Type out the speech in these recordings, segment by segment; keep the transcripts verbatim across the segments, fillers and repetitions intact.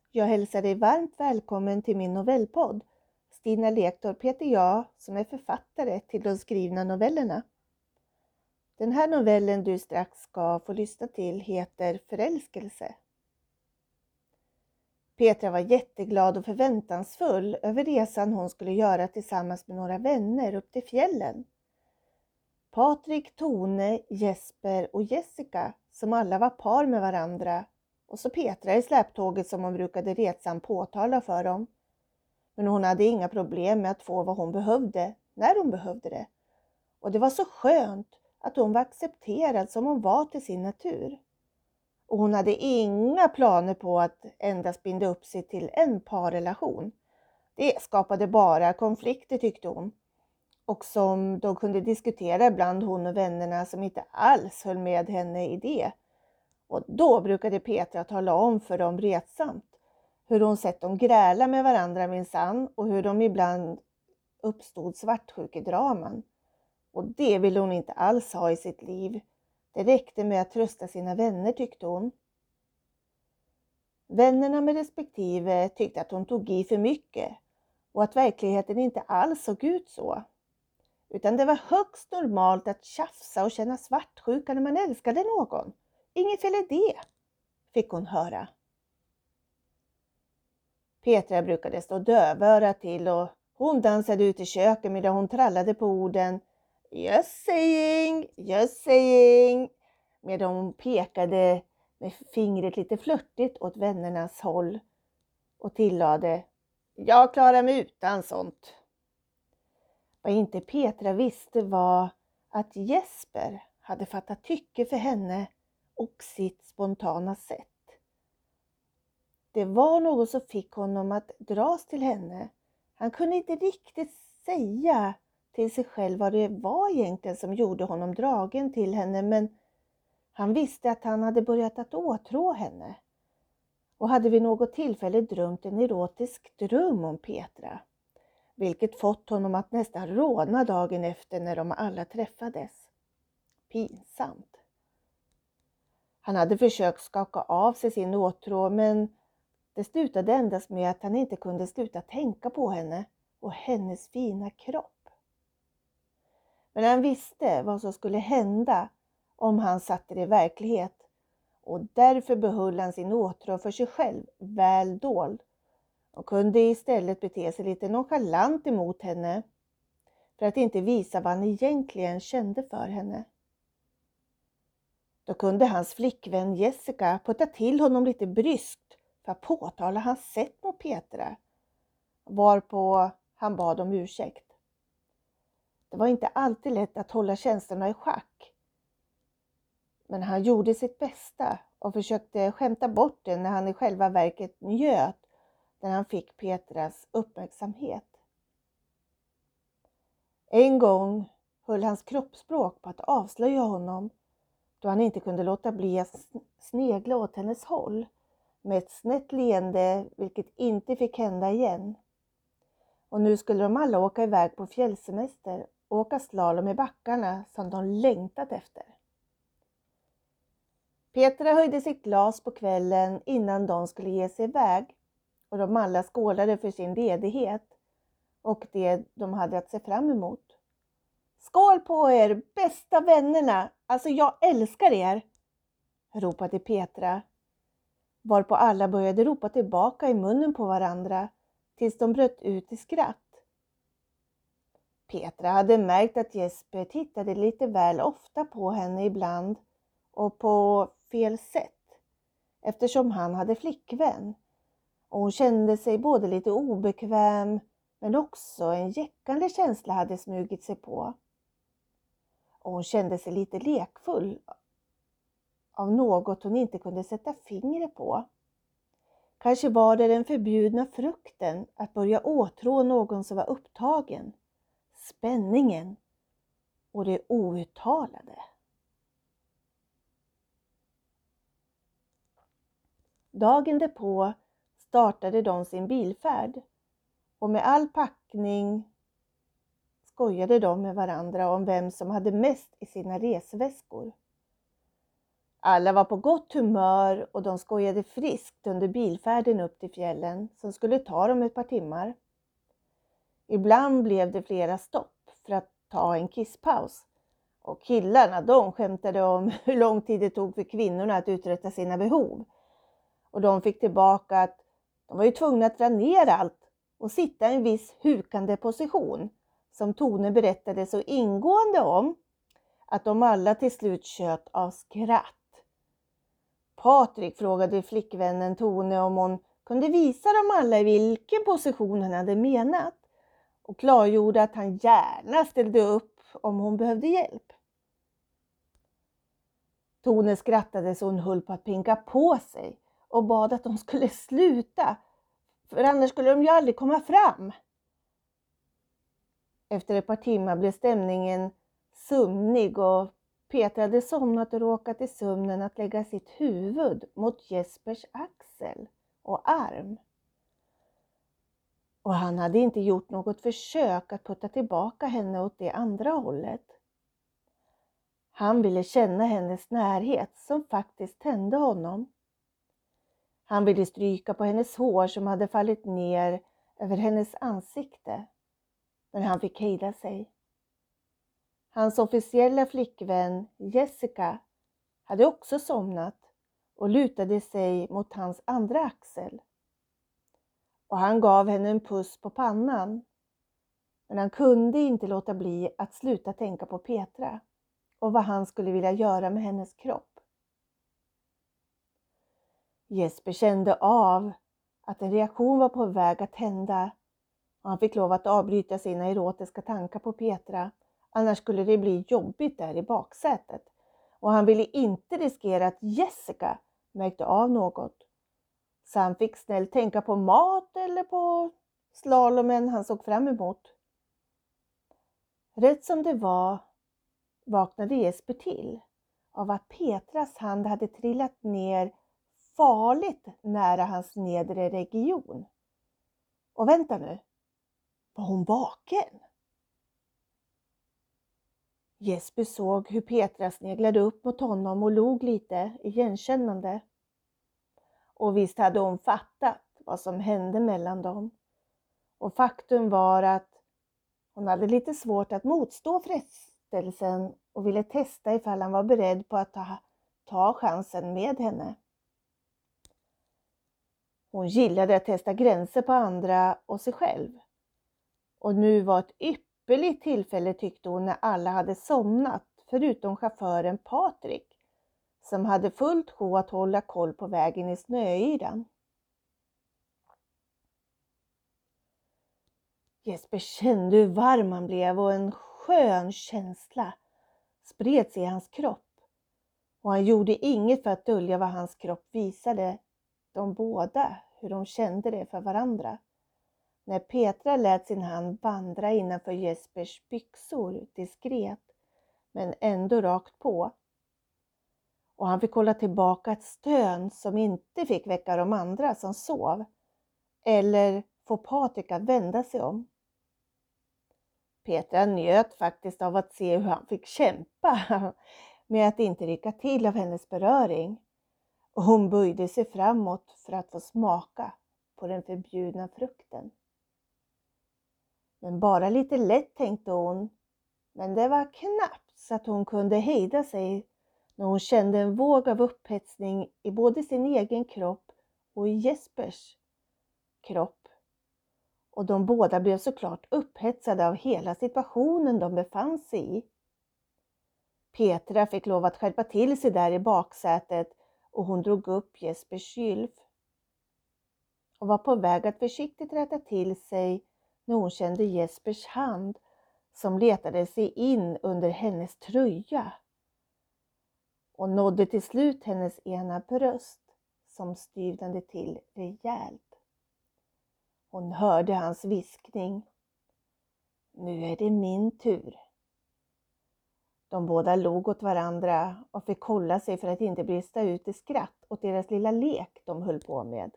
Jag hälsar dig varmt välkommen till min novellpodd. Stina Lektorp heter jag som är författare till de skrivna novellerna. Den här novellen du strax ska få lyssna till heter Förälskelse. Petra var jätteglad och förväntansfull över resan hon skulle göra tillsammans med några vänner upp till fjällen. Patrik, Tone, Jesper och Jessica som alla var par med varandra. Och så Petra i släptåget som hon brukade retsamt påtala för dem. Men hon hade inga problem med att få vad hon behövde, när hon behövde det. Och det var så skönt att hon var accepterad som hon var till sin natur. Och hon hade inga planer på att endast binda upp sig till en parrelation. Det skapade bara konflikter tyckte hon. Och som de kunde diskutera bland hon och vännerna som inte alls höll med henne i det. Och då brukade Petra tala om för dem retsamt hur hon sett dem gräla med varandra minsann och hur de ibland uppstod svartsjukedraman. Och det ville hon inte alls ha i sitt liv. Det räckte med att trösta sina vänner tyckte hon. Vännerna med respektive tyckte att hon tog i för mycket och att verkligheten inte alls såg ut så. Utan det var högst normalt att tjafsa och känna svartsjuka när man älskade någon. Inget fel i det, fick hon höra. Petra brukade stå dövöra till och hon dansade ut i köket medan hon trallade på orden Just saying, just saying, medan hon pekade med fingret lite flörtigt åt vännernas håll och tillade Jag klarar mig utan sånt. Vad inte Petra visste var att Jesper hade fattat tycke för henne och sitt spontana sätt. Det var något som fick honom att dras till henne. Han kunde inte riktigt säga till sig själv vad det var egentligen som gjorde honom dragen till henne, men han visste att han hade börjat att åtrå henne och hade vid något tillfälle drömt en erotisk dröm om Petra, vilket fått honom att nästan råna dagen efter när de alla träffades. Pinsamt. Han hade försökt skaka av sig sin åtrå, men det slutade endast med att han inte kunde sluta tänka på henne och hennes fina kropp. Men han visste vad som skulle hända om han satte det i verklighet och därför behöll han sin åtrå för sig själv väl dold och kunde istället bete sig lite nonchalant emot henne för att inte visa vad han egentligen kände för henne. Då kunde hans flickvän Jessica putta till honom lite bryskt för att påtala hans sätt mot Petra, varpå han bad om ursäkt. Det var inte alltid lätt att hålla känslorna i schack, men han gjorde sitt bästa och försökte skämta bort det när han i själva verket njöt när han fick Petras uppmärksamhet. En gång höll hans kroppsspråk på att avslöja honom då han inte kunde låta bli att snegla åt hennes håll med ett snett leende, vilket inte fick hända igen. Och nu skulle de alla åka iväg på fjällsemester och åka slalom i backarna som de längtat efter. Petra höjde sitt glas på kvällen innan de skulle ge sig iväg och de alla skålade för sin ledighet och det de hade att se fram emot. Skål på er, bästa vännerna! Alltså jag älskar er! Ropade Petra. Varpå alla började ropa tillbaka i munnen på varandra tills de bröt ut i skratt. Petra hade märkt att Jesper tittade lite väl ofta på henne ibland och på fel sätt eftersom han hade flickvän. Och hon kände sig både lite obekväm men också en jäckande känsla hade smugit sig på. Och hon kände sig lite lekfull av något hon inte kunde sätta fingret på. Kanske var det den förbjudna frukten att börja åtrå någon som var upptagen. Spänningen och det outtalade. Dagen därpå startade de sin bilfärd och med all packning skojade de med varandra om vem som hade mest i sina resväskor. Alla var på gott humör och de skojade friskt under bilfärden upp till fjällen som skulle ta dem ett par timmar. Ibland blev det flera stopp för att ta en kisspaus. Och killarna, de skämtade om hur lång tid det tog för kvinnorna att uträtta sina behov. Och de fick tillbaka att de var ju tvungna att dra ner allt och sitta i en viss hukande position som Tone berättade så ingående om att de alla till slut tjöt av skratt. Patrik frågade flickvännen Tone om hon kunde visa dem alla i vilken position han hade menat och klargjorde att han gärna ställde upp om hon behövde hjälp. Tone skrattade så hon höll på att pinka på sig och bad att de skulle sluta, för annars skulle de ju aldrig komma fram. Efter ett par timmar blev stämningen sömnig och Petra hade somnat och råkat i sömnen att lägga sitt huvud mot Jespers axel och arm. Och han hade inte gjort något försök att putta tillbaka henne åt det andra hållet. Han ville känna hennes närhet som faktiskt tände honom. Han ville stryka på hennes hår som hade fallit ner över hennes ansikte. Men han fick hejda sig. Hans officiella flickvän Jessica hade också somnat och lutade sig mot hans andra axel. Och han gav henne en puss på pannan. Men han kunde inte låta bli att sluta tänka på Petra och vad han skulle vilja göra med hennes kropp. Jesper kände av att en reaktion var på väg att hända och han fick lov att avbryta sina erotiska tankar på Petra. Annars skulle det bli jobbigt där i baksätet. Och han ville inte riskera att Jessica märkte av något. Så han fick snällt tänka på mat eller på slalomen han såg fram emot. Rätt som det var vaknade Jesper till av att Petras hand hade trillat ner farligt nära hans nedre region. Och vänta nu, var hon vaken? Jesper såg hur Petra sneglade upp mot honom och log lite igenkännande. Och visst hade hon fattat vad som hände mellan dem. Och faktum var att hon hade lite svårt att motstå frestelsen och ville testa ifall han var beredd på att ta, ta chansen med henne. Hon gillade att testa gränser på andra och sig själv. Och nu var ett ypperligt tillfälle tyckte hon när alla hade somnat förutom chauffören Patrik som hade fullt sjå att hålla koll på vägen i snöyran. Jesper kände hur varm han blev och en skön känsla spred sig i hans kropp. Och han gjorde inget för att dölja vad hans kropp visade de båda hur de kände det för varandra. När Petra lät sin hand vandra innanför Jespers byxor diskret men ändå rakt på. Och han fick hålla tillbaka ett stön som inte fick väcka de andra som sov. Eller få Patrik att vända sig om. Petra njöt faktiskt av att se hur han fick kämpa med att inte rycka till av hennes beröring. Och hon böjde sig framåt för att få smaka på den förbjudna frukten. Men bara lite lätt tänkte hon. Men det var knappt så att hon kunde hejda sig när hon kände en våg av upphetsning i både sin egen kropp och i Jespers kropp. Och de båda blev såklart upphetsade av hela situationen de befann sig i. Petra fick lov att skärpa till sig där i baksätet och hon drog upp Jespers kylf. Och var på väg att försiktigt rätta till sig när hon kände Jespers hand som letade sig in under hennes tröja. Och nådde till slut hennes ena bröst som styvnade till rejält. Hon hörde hans viskning. Nu är det min tur. De båda log åt varandra och fick hålla sig för att inte brista ut i skratt åt deras lilla lek de höll på med.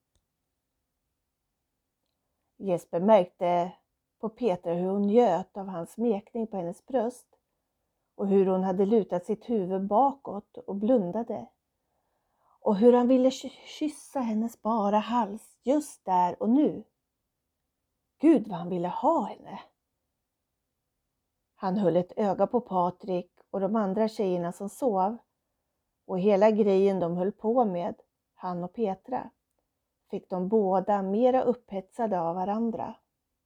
Jesper märkte på Petra hur hon njöt av hans smekning på hennes bröst. och hur hon hade lutat sitt huvud bakåt och blundade. Och hur han ville kyssa hennes bara hals just där och nu. Gud vad han ville ha henne. Han höll ett öga på Patrik och de andra tjejerna som sov. Och hela grejen de höll på med, han och Petra, fick de båda mera upphetsade av varandra.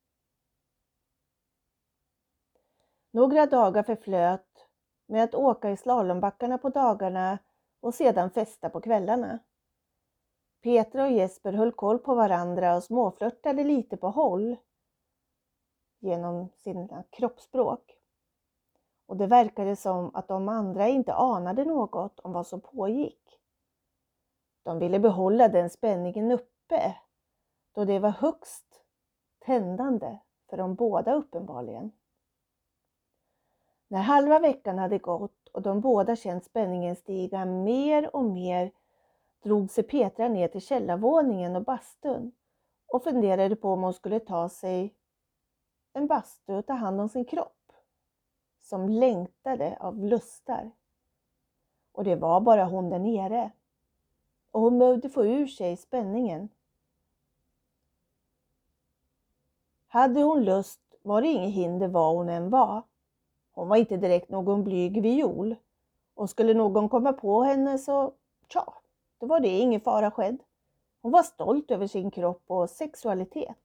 Några dagar förflöt med att åka i slalombackarna på dagarna och sedan festa på kvällarna. Petra och Jesper höll koll på varandra och småflörtade lite på håll genom sina kroppsspråk. Och det verkade som att de andra inte anade något om vad som pågick. De ville behålla den spänningen uppe, då det var högst tändande för de båda uppenbarligen. När halva veckan hade gått och de båda känt spänningen stiga mer och mer, drog sig Petra ner till källarvåningen och bastun och funderade på om hon skulle ta sig en bastu och ta hand om sin kropp, som längtade av lustar. Och det var bara hon där nere. Och hon behövde få ur sig spänningen. Hade hon lust var det inget hinder var hon än var. Hon var inte direkt någon blyg viol. Och skulle någon komma på henne så, tja, då var det ingen fara skedd. Hon var stolt över sin kropp och sexualitet.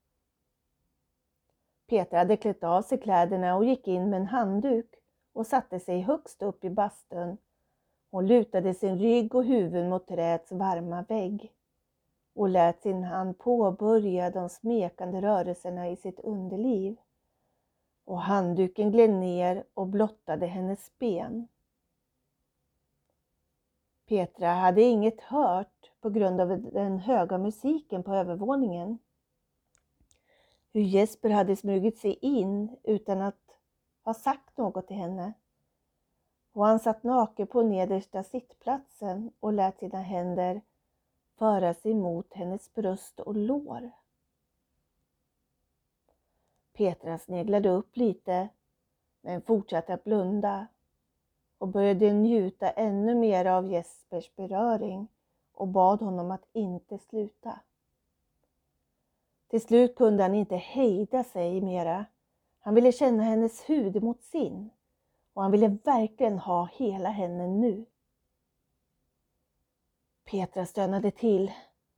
Petra hade klätt av sig kläderna och gick in med en handduk och satte sig högst upp i bastun. Hon lutade sin rygg och huvud mot träets varma vägg och lät sin hand påbörja de smekande rörelserna i sitt underliv. Och handduken gled ner och blottade hennes ben. Petra hade inget hört på grund av den höga musiken på övervåningen. Hur Jesper hade smugit sig in utan att ha sagt något till henne. Och han satt naken på nedersta sittplatsen och lät sina händer föra sig mot hennes bröst och lår. Petra sneglade upp lite, men fortsatte att blunda och började njuta ännu mer av Jespers beröring och bad honom att inte sluta. Till slut kunde han inte hejda sig mera. Han ville känna hennes hud mot sin. Och han ville verkligen ha hela henne nu. Petra stönade till.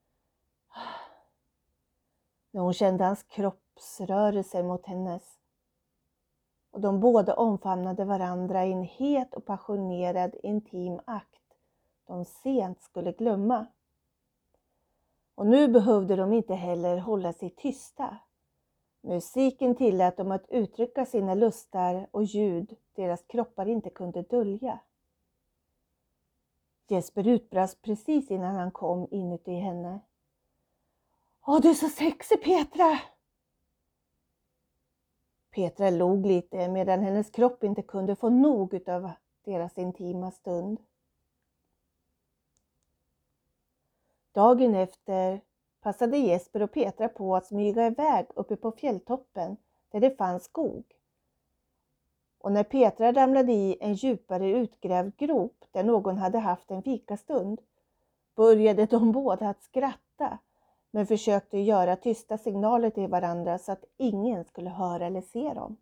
När hon kände hans kroppsrörelser mot hennes. Och de båda omfamnade varandra i en het och passionerad intim akt. De sent skulle glömma. Och nu behövde de inte heller hålla sig tysta. Musiken tillät dem att uttrycka sina lustar och ljud deras kroppar inte kunde dölja. Jesper utbrast precis innan han kom inuti henne. Åh, du är så sexig, Petra! Petra log lite medan hennes kropp inte kunde få nog av deras intima stund. Dagen efter passade Jesper och Petra på att smyga iväg uppe på fjälltoppen där det fanns skog. Och när Petra ramlade i en djupare utgrävd grop där någon hade haft en fikastund började de båda att skratta, men försökte göra tysta signaler till varandra så att ingen skulle höra eller se dem.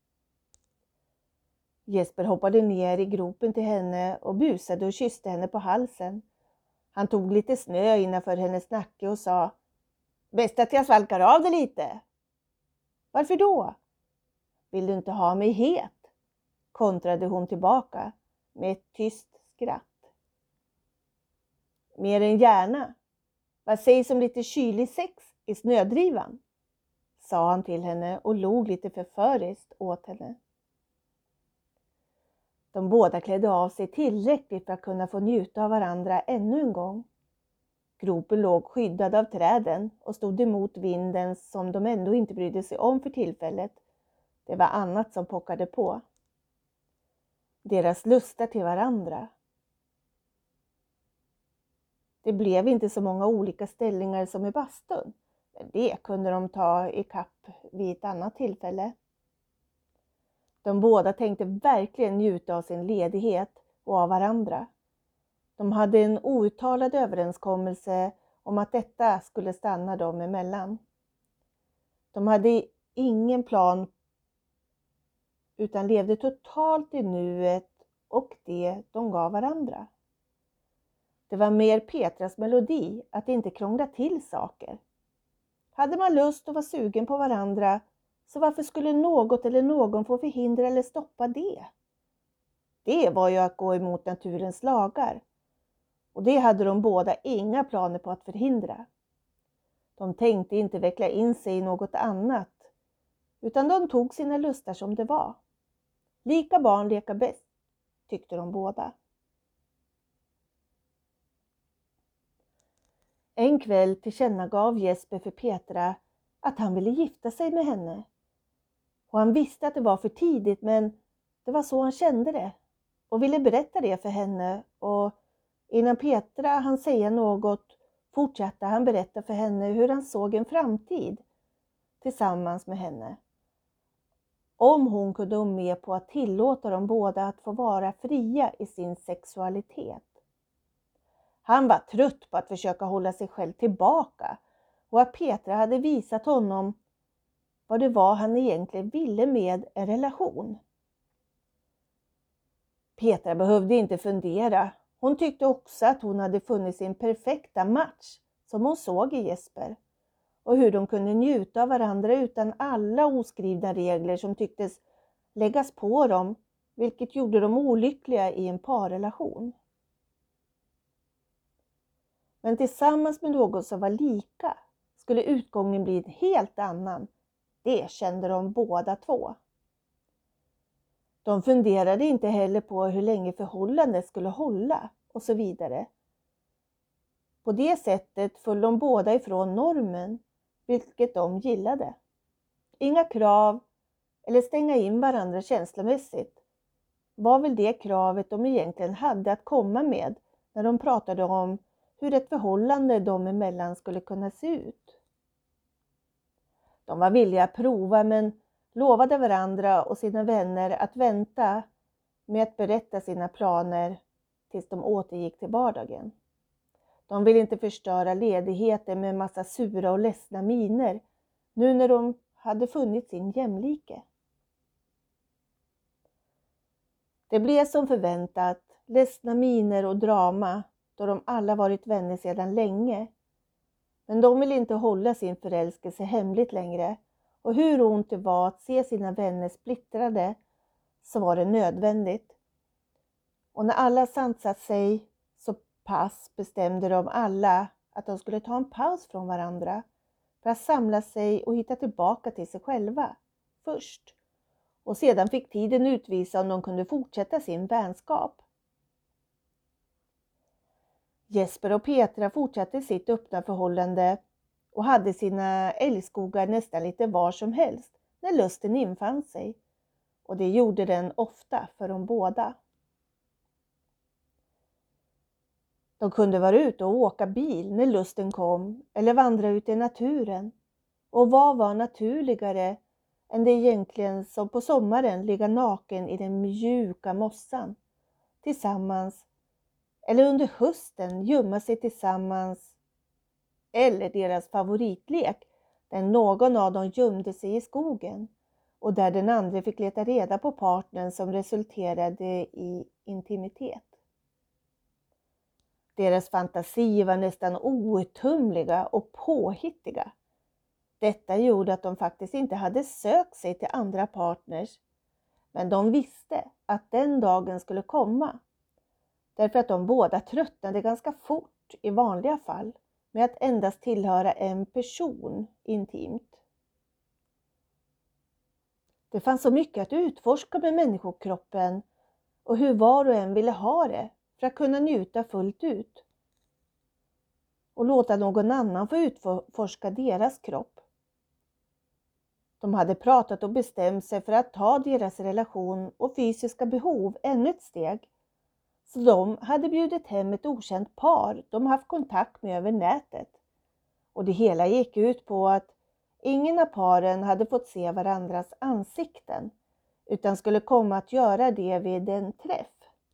Jesper hoppade ner i gropen till henne och busade och kysste henne på halsen. Han tog lite snö innanför hennes nacke och sa: Bäst att jag svalkar av det lite. Varför då? Vill du inte ha mig het? Kontrade hon tillbaka med ett tyst skratt. Mer än gärna. Vad sägs om lite kylig sex i snödrivan? Sa han till henne och log lite förföriskt åt henne. De båda klädde av sig tillräckligt för att kunna få njuta av varandra ännu en gång. Gropen låg skyddad av träden och stod emot vinden som de ändå inte brydde sig om för tillfället. Det var annat som pockade på. Deras lustar till varandra. Det blev inte så många olika ställningar som i bastun. Men det kunde de ta i kapp vid ett annat tillfälle. De båda tänkte verkligen njuta av sin ledighet och av varandra. De hade en outtalad överenskommelse om att detta skulle stanna dem emellan. De hade ingen plan utan levde totalt i nuet och det de gav varandra. Det var mer Petras melodi att inte krångla till saker. Hade man lust och var sugen på varandra, så varför skulle något eller någon få förhindra eller stoppa det? Det var ju att gå emot naturens lagar. Och det hade de båda inga planer på att förhindra. De tänkte inte veckla in sig i något annat, utan de tog sina lustar som det var. Lika barn leka bäst, tyckte de båda. En kväll tillkännagav Jesper för Petra att han ville gifta sig med henne. Och han visste att det var för tidigt, men det var så han kände det och ville berätta det för henne. Och innan Petra hann säga något fortsatte han berätta för henne hur han såg en framtid tillsammans med henne. Om hon kunde gå med på att tillåta dem båda att få vara fria i sin sexualitet. Han var trött på att försöka hålla sig själv tillbaka och att Petra hade visat honom vad det var han egentligen ville med en relation. Petra behövde inte fundera. Hon tyckte också att hon hade funnit sin perfekta match som hon såg i Jesper. Och hur de kunde njuta av varandra utan alla oskrivna regler som tycktes läggas på dem, vilket gjorde dem olyckliga i en parrelation. Men tillsammans med någon som var lika skulle utgången bli en helt annan. Det kände de båda två. De funderade inte heller på hur länge förhållandet skulle hålla och så vidare. På det sättet föll de båda ifrån normen, vilket de gillade. Inga krav eller stänga in varandra känslomässigt var väl det kravet de egentligen hade att komma med när de pratade om hur ett förhållande dem emellan skulle kunna se ut. De var villiga att prova, men lovade varandra och sina vänner att vänta med att berätta sina planer tills de återgick till vardagen. De ville inte förstöra ledigheten med en massa sura och ledsna miner nu när de hade funnit sin jämlike. Det blev som förväntat ledsna miner och drama då de alla varit vänner sedan länge. Men de ville inte hålla sin förälskelse hemligt längre. Och hur ont det var att se sina vänner splittrade så var det nödvändigt. Och när alla sansat sig så pass bestämde de alla att de skulle ta en paus från varandra för att samla sig och hitta tillbaka till sig själva först. Och sedan fick tiden utvisa om de kunde fortsätta sin vänskap. Jesper och Petra fortsatte sitt öppna förhållande och hade sina älskogar nästan lite var som helst när lusten infann sig. Och det gjorde den ofta för de båda. De kunde vara ute och åka bil när lusten kom eller vandra ut i naturen. Och vad var naturligare än det egentligen som på sommaren ligga naken i den mjuka mossan tillsammans. Eller under hösten gömma sig tillsammans. Eller deras favoritlek där någon av dem gömde sig i skogen. Och där den andra fick leta reda på partnern som resulterade i intimitet. Deras fantasier var nästan outtömliga och påhittiga. Detta gjorde att de faktiskt inte hade sökt sig till andra partners. Men de visste att den dagen skulle komma. Därför att de båda tröttnade ganska fort i vanliga fall med att endast tillhöra en person intimt. Det fanns så mycket att utforska med människokroppen och hur var och en ville ha det för att kunna njuta fullt ut. Och låta någon annan få utforska deras kropp. De hade pratat och bestämt sig för att ta deras relation och fysiska behov ännu ett steg. Så de hade bjudit hem ett okänt par de haft kontakt med över nätet. Och det hela gick ut på att ingen av paren hade fått se varandras ansikten. utan skulle komma att göra det vid en träff.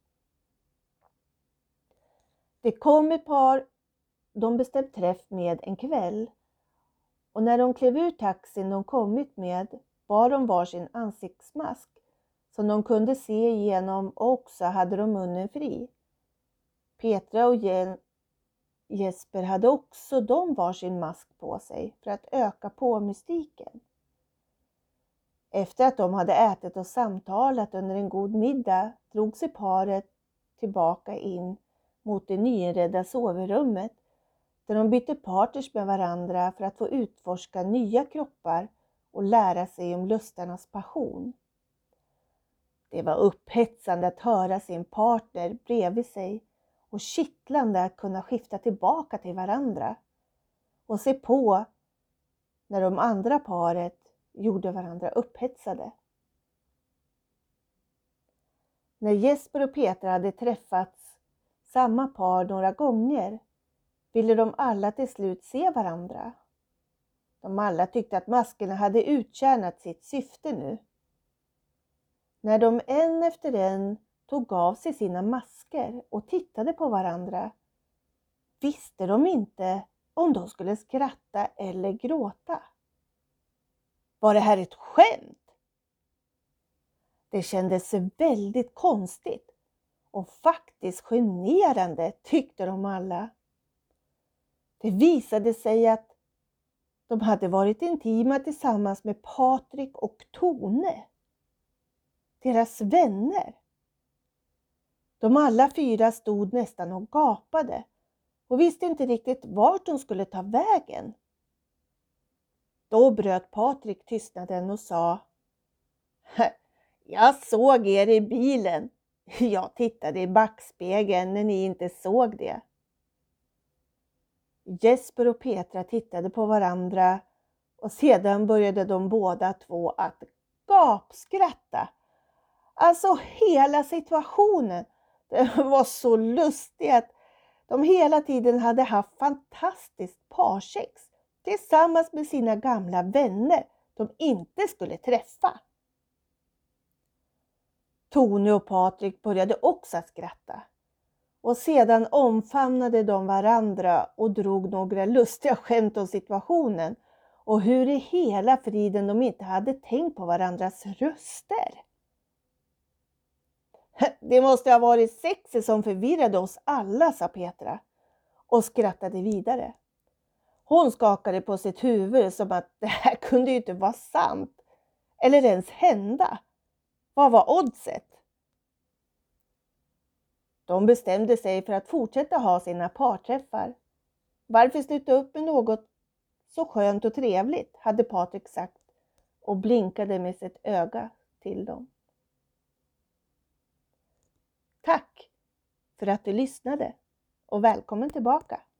Det kom ett par, de bestämt träff med en kväll, och när de klev ur taxin de kommit med bar de varsin ansiktsmask som de kunde se igenom, och också hade de munnen fri. Petra och Jesper hade också de varsin mask på sig för att öka på mystiken. Efter att de hade ätit och samtalat under en god middag drog sig paret tillbaka in mot det nyinredda sovrummet, där de bytte partners med varandra för att få utforska nya kroppar och lära sig om lustarnas passion. Det var upphetsande att höra sin partner bredvid sig och kittlande att kunna skifta tillbaka till varandra och se på när de andra paret gjorde varandra upphetsade. När Jesper och Petra hade träffats samma par några gånger ville de alla till slut se varandra. De alla tyckte att maskerna hade uttjänat sitt syfte nu. När de en efter en tog av sig sina masker och tittade på varandra visste de inte om de skulle skratta eller gråta. Var det här ett skämt? Det kändes väldigt konstigt och faktiskt generande, tyckte de alla. Det visade sig att de hade varit intima tillsammans med Patrik och Tone, deras vänner. De alla fyra stod nästan och gapade och visste inte riktigt vart de skulle ta vägen. Då bröt Patrik tystnaden och sa: Jag såg er i bilen. Jag tittade i backspegeln när ni inte såg det. Jesper och Petra tittade på varandra och sedan började de båda två att gapskratta. Alltså hela situationen, det var så lustigt att de hela tiden hade haft fantastiskt parsex tillsammans med sina gamla vänner de inte skulle träffa. Tone och Patrik började också skratta. Och sedan omfamnade de varandra och drog några lustiga skämt om situationen och hur i hela friden de inte hade tänkt på varandras röster. Det måste ha varit sexet som förvirrade oss alla, sa Petra och skrattade vidare. Hon skakade på sitt huvud som att det här kunde ju inte vara sant eller ens hända. Vad var oddset? De bestämde sig för att fortsätta ha sina parträffar. Varför sluta upp med något så skönt och trevligt, hade Patrik sagt och blinkade med sitt öga till dem. Tack för att du lyssnade och välkommen tillbaka.